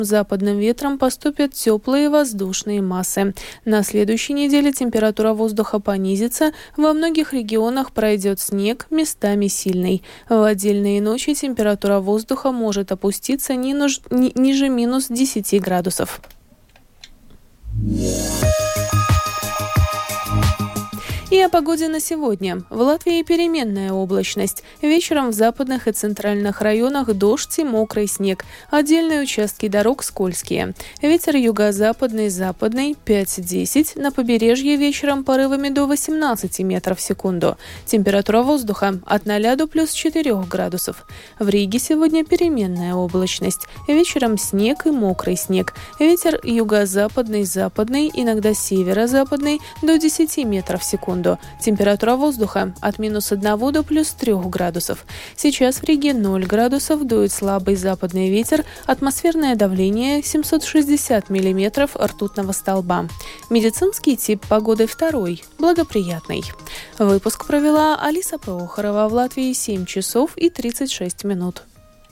Западным ветром поступят теплые воздушные массы. На следующей неделе температура воздуха понизится, во многих регионах пройдет снег, местами сильный. В отдельные ночи температура воздуха может опуститься ниже минус 10 градусов. И о погоде на сегодня. В Латвии переменная облачность. Вечером в западных и центральных районах дождь и мокрый снег. Отдельные участки дорог скользкие. Ветер юго-западный, западный 5-10. На побережье вечером порывами до 18 метров в секунду. Температура воздуха от 0 до плюс 4 градусов. В Риге сегодня переменная облачность. Вечером снег и мокрый снег. Ветер юго-западный, западный, иногда северо-западный до 10 метров в секунду. Температура воздуха от минус 1 до плюс 3 градусов. Сейчас в Риге 0 градусов, дует слабый западный ветер, атмосферное давление 760 миллиметров ртутного столба. Медицинский тип погоды 2, благоприятный. Выпуск провела Алиса Прохорова. В Латвии 7 часов и 36 минут.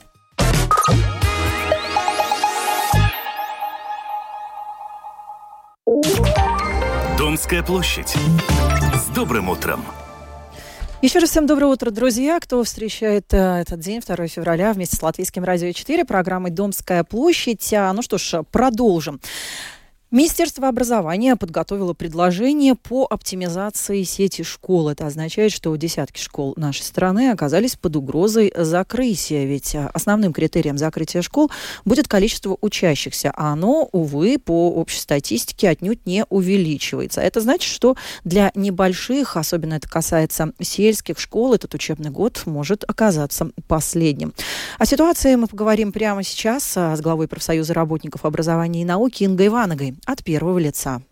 Домская площадь. С добрым утром! Еще раз всем доброе утро, друзья. Кто встречает этот день, 2 февраля, вместе с Латвийским радио 4, программой «Домская площадь». Ну что ж, продолжим. Министерство образования подготовило предложение по оптимизации сети школ. Это означает, что десятки школ нашей страны оказались под угрозой закрытия. Ведь основным критерием закрытия школ будет количество учащихся, а оно, увы, по общей статистике отнюдь не увеличивается. Это значит, что для небольших, особенно это касается сельских школ, этот учебный год может оказаться последним. О ситуации мы поговорим прямо сейчас с главой профсоюза работников образования и науки Ингой Ванагой. От первого лица.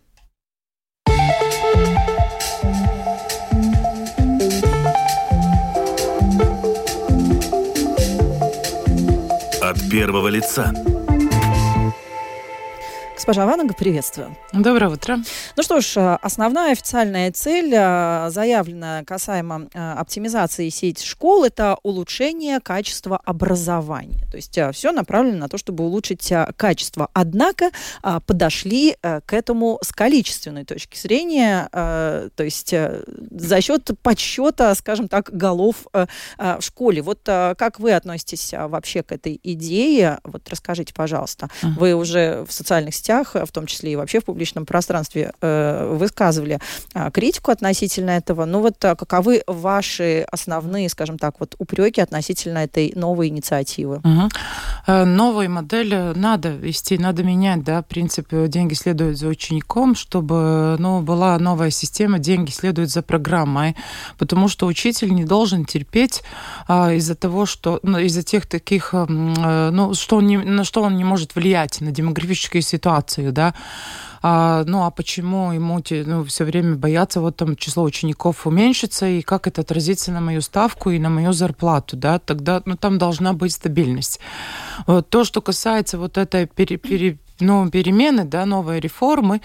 От первого лица. Госпожа Ванага, приветствую. Доброе утро. Ну что ж, основная официальная цель, заявленная касаемо оптимизации сети школ, это улучшение качества образования. То есть все направлено на то, чтобы улучшить качество. Однако подошли к этому с количественной точки зрения, то есть за счет подсчета, скажем так, голов в школе. Вот как вы относитесь вообще к этой идее? Вот расскажите, пожалуйста. Вы уже в социальных сетях, в том числе и вообще в публичном пространстве, высказывали критику относительно этого. Ну вот каковы ваши основные, скажем так, вот упреки относительно этой новой инициативы? Новую модель надо вести, надо менять, да, принцип «деньги следуют за учеником», чтобы, была новая система «деньги следуют за программой», потому что учитель не должен терпеть из-за того, что, из-за тех таких, на что он не может влиять на демографическую ситуацию, да. А почему ему все время бояться, число учеников уменьшится, и как это отразится на мою ставку и на мою зарплату, да, тогда, там должна быть стабильность. То, что касается этой перемены, да, новой реформы,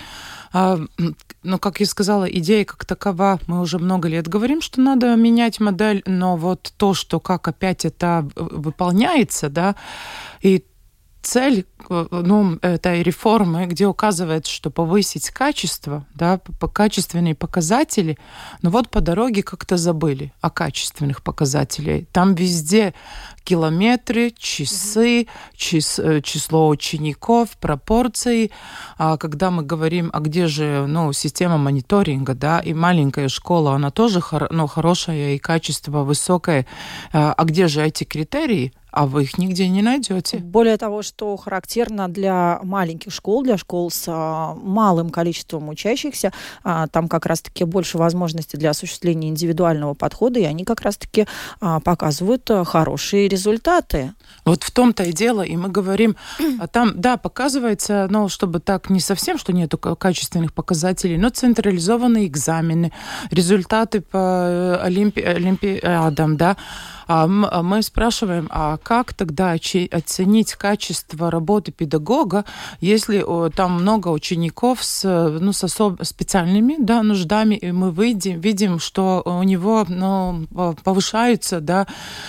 как я сказала, идея как такова, мы уже много лет говорим, что надо менять модель, но то, что как опять это выполняется, да, и цель этой реформы, где указывается, что повысить качество, да, качественные показатели, по дороге как-то забыли о качественных показателях. Там везде километры, часы, число учеников, пропорции. Когда мы говорим, а где же система мониторинга, да, и маленькая школа, она тоже хорошая и качество высокое. А где же эти критерии? А вы их нигде не найдете. Более того, что характерно для маленьких школ, для школ с малым количеством учащихся, там как раз-таки больше возможностей для осуществления индивидуального подхода, и они как раз-таки показывают хорошие результаты. Вот в том-то и дело, и мы говорим, там, да, показывается, чтобы так не совсем, что нету качественных показателей, но централизованные экзамены, результаты по олимпиадам, да, Мы спрашиваем, а как тогда оценить качество работы педагога, если там много учеников с специальными, да, нуждами, и мы видим, что у него повышаются, да,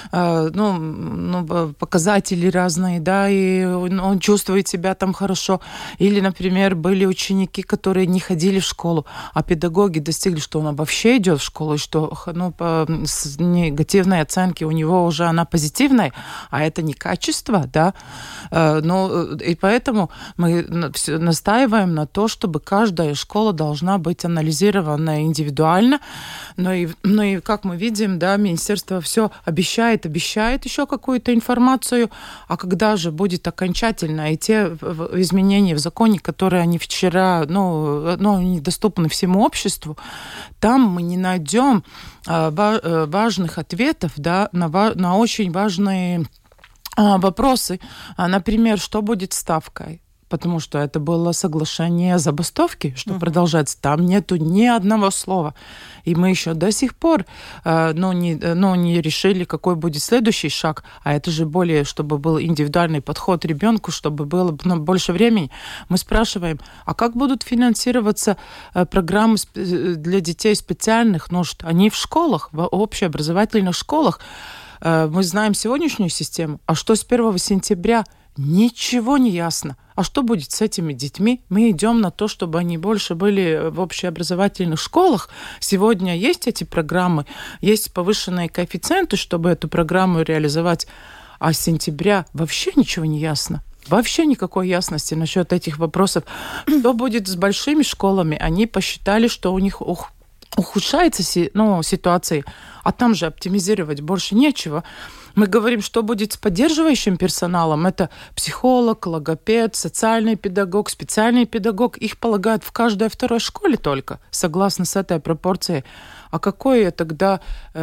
показатели разные, да, и он чувствует себя там хорошо. Или, например, были ученики, которые не ходили в школу, а педагоги достигли, что он вообще идет в школу, и что с негативной оценки у него уже она позитивная, а это не качество, да. И поэтому мы настаиваем на то, чтобы каждая школа должна быть анализирована индивидуально. Но и как мы видим, да, министерство все обещает еще какую-то информацию, а когда же будет окончательно и те изменения в законе, которые они вчера, они доступны всему обществу, там мы не найдем важных ответов, да, на очень важные вопросы. Например, что будет с ставкой? Потому что это было соглашение о забастовке, что продолжается. Там нету ни одного слова. И мы еще до сих пор не решили, какой будет следующий шаг. А это же более, чтобы был индивидуальный подход ребенку, чтобы было больше времени. Мы спрашиваем, а как будут финансироваться программы для детей специальных нужд? Они в школах, в общеобразовательных школах. Мы знаем сегодняшнюю систему. А что с 1 сентября? Ничего не ясно. А что будет с этими детьми? Мы идем на то, чтобы они больше были в общеобразовательных школах. Сегодня есть эти программы, есть повышенные коэффициенты, чтобы эту программу реализовать. А с сентября вообще ничего не ясно. Вообще никакой ясности насчет этих вопросов. Что будет с большими школами? Они посчитали, что у них ухудшается ситуация, а там же оптимизировать больше нечего. Мы говорим, что будет с поддерживающим персоналом. Это психолог, логопед, социальный педагог, специальный педагог. Их полагают в каждой второй школе только, согласно с этой пропорцией. А какое тогда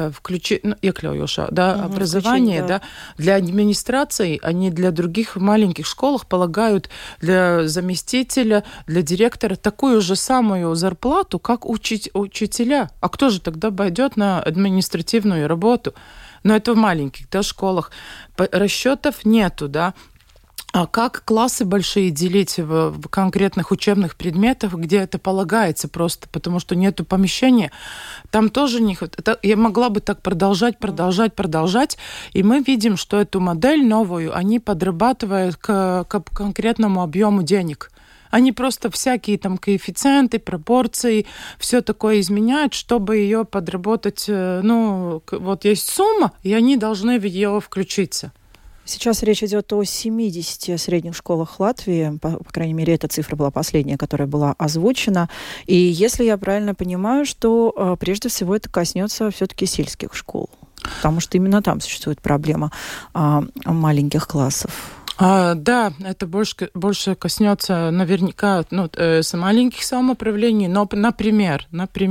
образование, да, для администрации, они для других маленьких школах полагают для заместителя, для директора такую же самую зарплату, как учителя. А кто же тогда пойдет на административную работу? Но это в маленьких, да, школах. Расчетов нету, да. А как классы большие делить в конкретных учебных предметах, где это полагается просто, потому что нету помещения? Там тоже не хватает. Я могла бы так продолжать. И мы видим, что эту модель новую они подрабатывают к конкретному объему денег. Они просто всякие там коэффициенты, пропорции, все такое изменяют, чтобы ее подработать. Вот есть сумма, и они должны в нее включиться. Сейчас речь идет о 70 средних школах Латвии. По крайней мере, эта цифра была последняя, которая была озвучена. И если я правильно понимаю, что прежде всего это коснется все-таки сельских школ. Потому что именно там существует проблема маленьких классов. Да, это больше коснется наверняка с маленьких самоуправлений, но, например,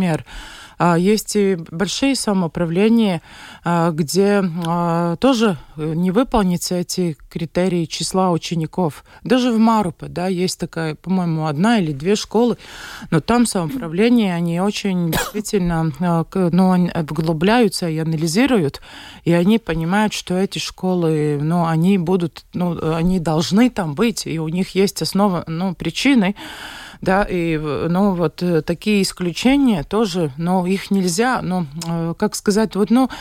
есть и большие самоуправления, где тоже не выполнятся эти критерии числа учеников. Даже в Марупе, да, есть такая, по-моему, 1 или 2 школы, но там самоуправления, они очень действительно вглубляются и анализируют, и они понимают, что эти школы, они будут, они должны там быть, и у них есть основа, причины. Да, и такие исключения тоже, их нельзя, как сказать,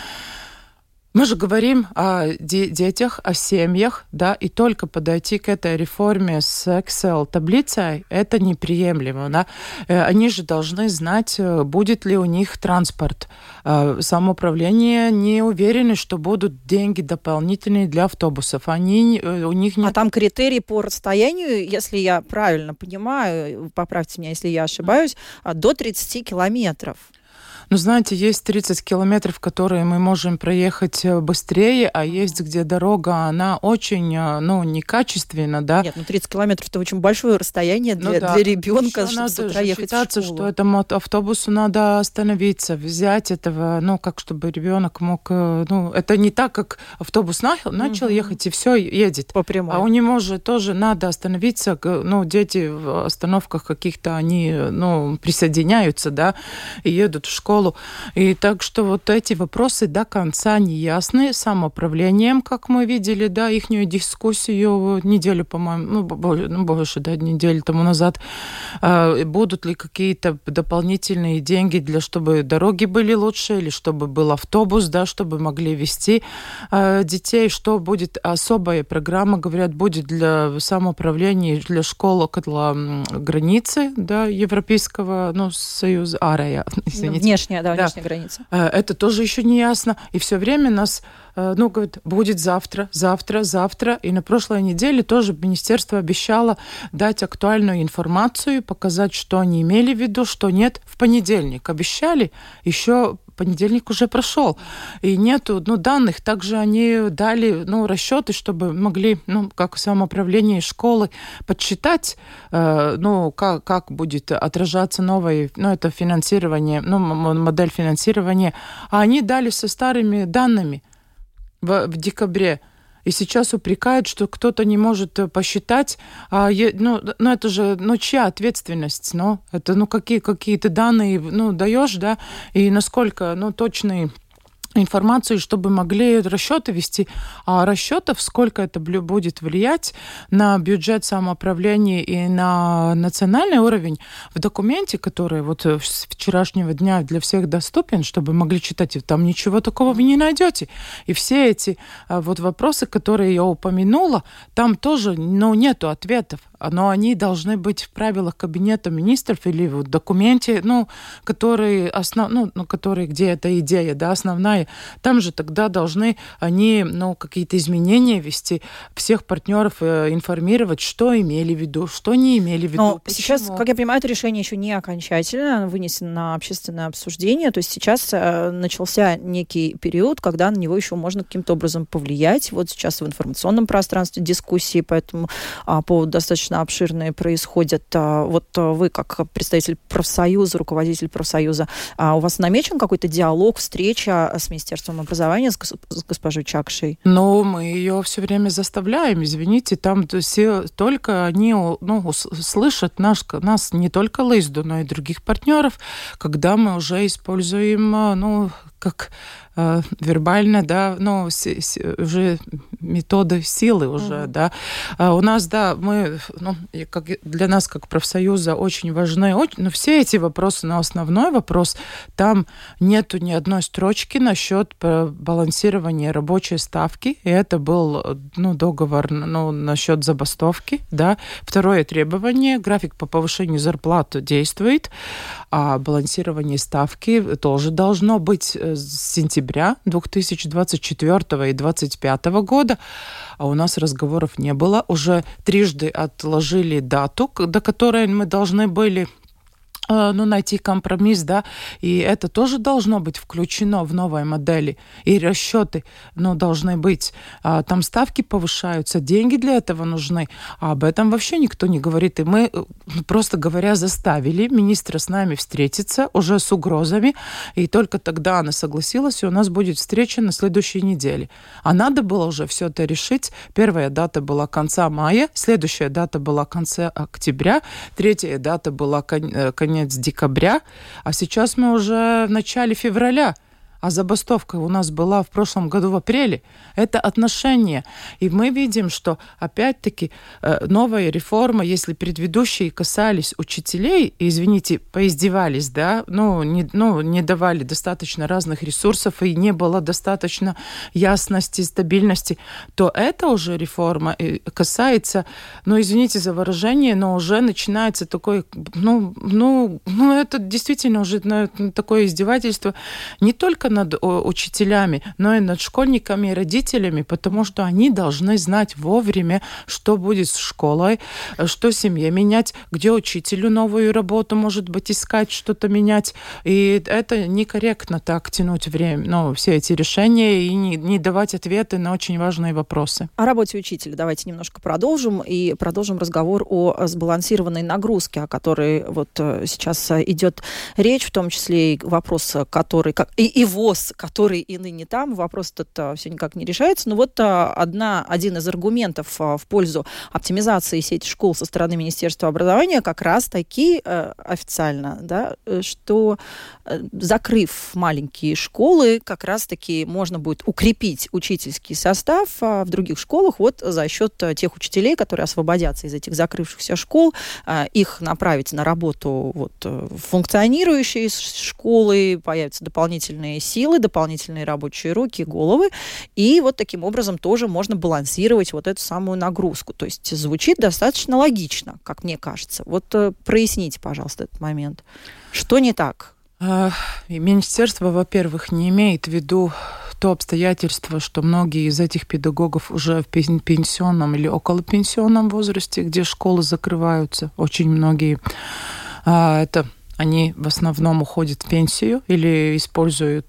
мы же говорим о детях, о семьях, да, и только подойти к этой реформе с Excel-таблицей, это неприемлемо, да. Они же должны знать, будет ли у них транспорт. Самоуправление не уверены, что будут деньги дополнительные для автобусов. У них нет... А там критерий по расстоянию, если я правильно понимаю, поправьте меня, если я ошибаюсь, до 30 километров. Знаете, есть 30 километров, которые мы можем проехать быстрее, а есть, где дорога, она очень, некачественна, да. Нет, 30 километров – это очень большое расстояние для ребенка, чтобы с утра ехать в школу. Что этому автобусу надо остановиться, взять этого, чтобы ребенок мог... это не так, как автобус начал ехать, и все, едет. По прямой. А у него же тоже надо остановиться, дети в остановках каких-то, они, присоединяются, да, и едут в школу. школу. И так что вот эти вопросы до конца не ясны. Самоуправлением, как мы видели, да, ихнюю дискуссию неделю, по-моему, больше, да, недели тому назад. Будут ли какие-то дополнительные деньги чтобы дороги были лучше, или чтобы был автобус, да, чтобы могли везти детей, что будет особая программа, говорят, будет для самоуправления, для школ около границы, да, Европейского, союза, извините. Внешняя граница. Это тоже еще не ясно, и все время нас говорит, будет завтра. И на прошлой неделе тоже министерство обещало дать актуальную информацию, показать, что они имели в виду, что нет. В понедельник обещали, еще понедельник уже прошел, и нету данных. Также они дали расчеты, чтобы могли, как самоуправление школы, подсчитать, как будет отражаться новое, это финансирование, модель финансирования. А они дали со старыми данными в декабре. И сейчас упрекают, что кто-то не может посчитать. Это же, чья ответственность? Это, какие-то данные, даешь, да, и насколько, точные информацию, чтобы могли расчеты вести. А расчетов, сколько это будет влиять на бюджет самоуправления и на национальный уровень, в документе, который вот с вчерашнего дня для всех доступен, чтобы могли читать, там ничего такого вы не найдете. И все эти вопросы, которые я упомянула, там тоже, нету ответов. Но они должны быть в правилах Кабинета министров или в документе, который где эта идея, да, основная. Там же тогда должны они, какие-то изменения ввести, всех партнеров информировать, что имели в виду, что не имели в виду. Но сейчас, как я понимаю, это решение еще не окончательно, оно вынесено на общественное обсуждение. То есть сейчас начался некий период, когда на него еще можно каким-то образом повлиять. Вот сейчас в информационном пространстве дискуссии по этому поводу достаточно обширные происходят. Вот вы, как представитель профсоюза, руководитель профсоюза, у вас намечен какой-то диалог, встреча с Министерством образования, с госпожой Чакшей? Мы ее все время заставляем, извините, там только они слышат нас не только Лизду, но и других партнеров, когда мы уже используем, как вербально, да, уже методы силы уже, да. У нас, да, для нас, как профсоюза, очень важны, все эти вопросы, но основной вопрос, там нету ни одной строчки насчет балансирования рабочей ставки, и это был, договор, насчет забастовки, да. Второе требование, график по повышению зарплаты действует, а балансирование ставки тоже должно быть с сентября 2024 и 2025 года, а у нас разговоров не было. Уже трижды отложили дату, до которой мы должны были найти компромисс, да, и это тоже должно быть включено в новой модели, и расчеты, должны быть. Там ставки повышаются, деньги для этого нужны, а об этом вообще никто не говорит, и мы, просто говоря, заставили министра с нами встретиться уже с угрозами, и только тогда она согласилась, и у нас будет встреча на следующей неделе. А надо было уже все это решить. Первая дата была конца мая, следующая дата была конца октября, третья дата была конец декабря, а сейчас мы уже в начале февраля. А забастовка у нас была в прошлом году в апреле. Это отношения. И мы видим, что опять-таки новая реформа, если предыдущие касались учителей, извините, поиздевались, да, не давали достаточно разных ресурсов и не было достаточно ясности, стабильности, то эта уже реформа касается, извините за выражение, но уже начинается такое, это действительно уже такое издевательство не только над учителями, но и над школьниками и родителями, потому что они должны знать вовремя, что будет с школой, что семье менять, где учителю новую работу, может быть, искать, что-то менять. И это некорректно так тянуть время, все эти решения и не давать ответы на очень важные вопросы. О работе учителя давайте немножко продолжим. И продолжим разговор о сбалансированной нагрузке, о которой вот сейчас идет речь, в том числе и вопрос, который... И ВОС, который и ныне там, вопрос тут все никак не решается. Но вот один из аргументов в пользу оптимизации сети школ со стороны Министерства образования как раз таки официально, да, что закрыв маленькие школы, как раз таки можно будет укрепить учительский состав в других школах вот за счет тех учителей, которые освободятся из этих закрывшихся школ, их направить на работу вот, функционирующие школы, появятся дополнительные силы, дополнительные рабочие руки, головы, и вот таким образом тоже можно балансировать вот эту самую нагрузку. То есть звучит достаточно логично, как мне кажется. Вот проясните, пожалуйста, этот момент. Что не так? Министерство, во-первых, не имеет в виду то обстоятельство, что многие из этих педагогов уже в пенсионном или околопенсионном возрасте, где школы закрываются, очень многие, это они в основном уходят в пенсию или используют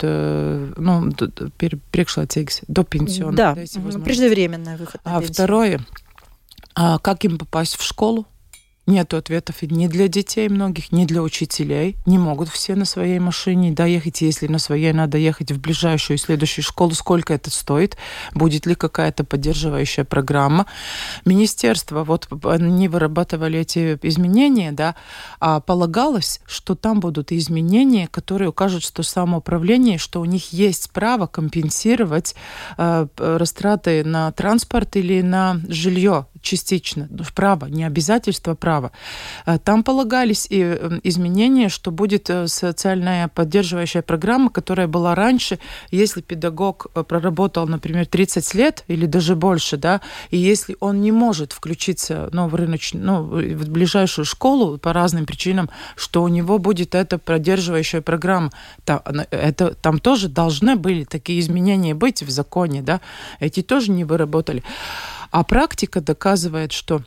приekšlaicīgas до пенсионного. Да, преждевременный выход на пенсию. Второе, как им попасть в школу? Нет ответов ни для детей многих, ни для учителей. Не могут все на своей машине доехать. Если на своей надо ехать в ближайшую следующую школу, сколько это стоит? Будет ли какая-то поддерживающая программа? Министерство, вот они вырабатывали эти изменения, да, а полагалось, что там будут изменения, которые укажут, что самоуправление, что у них есть право компенсировать растраты на транспорт или на жилье частично. Право, не обязательство, право. Там полагались и изменения, что будет социальная поддерживающая программа, которая была раньше, если педагог проработал, например, 30 лет или даже больше, да, и если он не может включиться в ближайшую школу по разным причинам, что у него будет эта поддерживающая программа. Там тоже должны были такие изменения быть в законе, да, эти тоже не выработали. А практика доказывает, что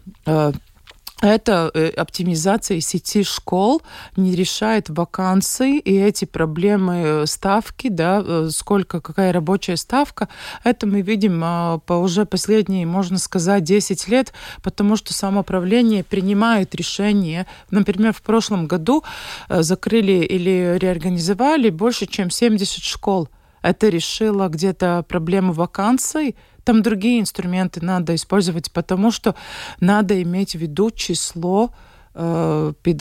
эта оптимизация сети школ не решает вакансии, и эти проблемы ставки, да, какая рабочая ставка, это мы видим по уже последние, можно сказать, 10 лет, потому что самоуправление принимает решения. Например, в прошлом году закрыли или реорганизовали больше, чем 70 школ. Это решило где-то проблему вакансий. Там другие инструменты надо использовать, потому что надо иметь в виду число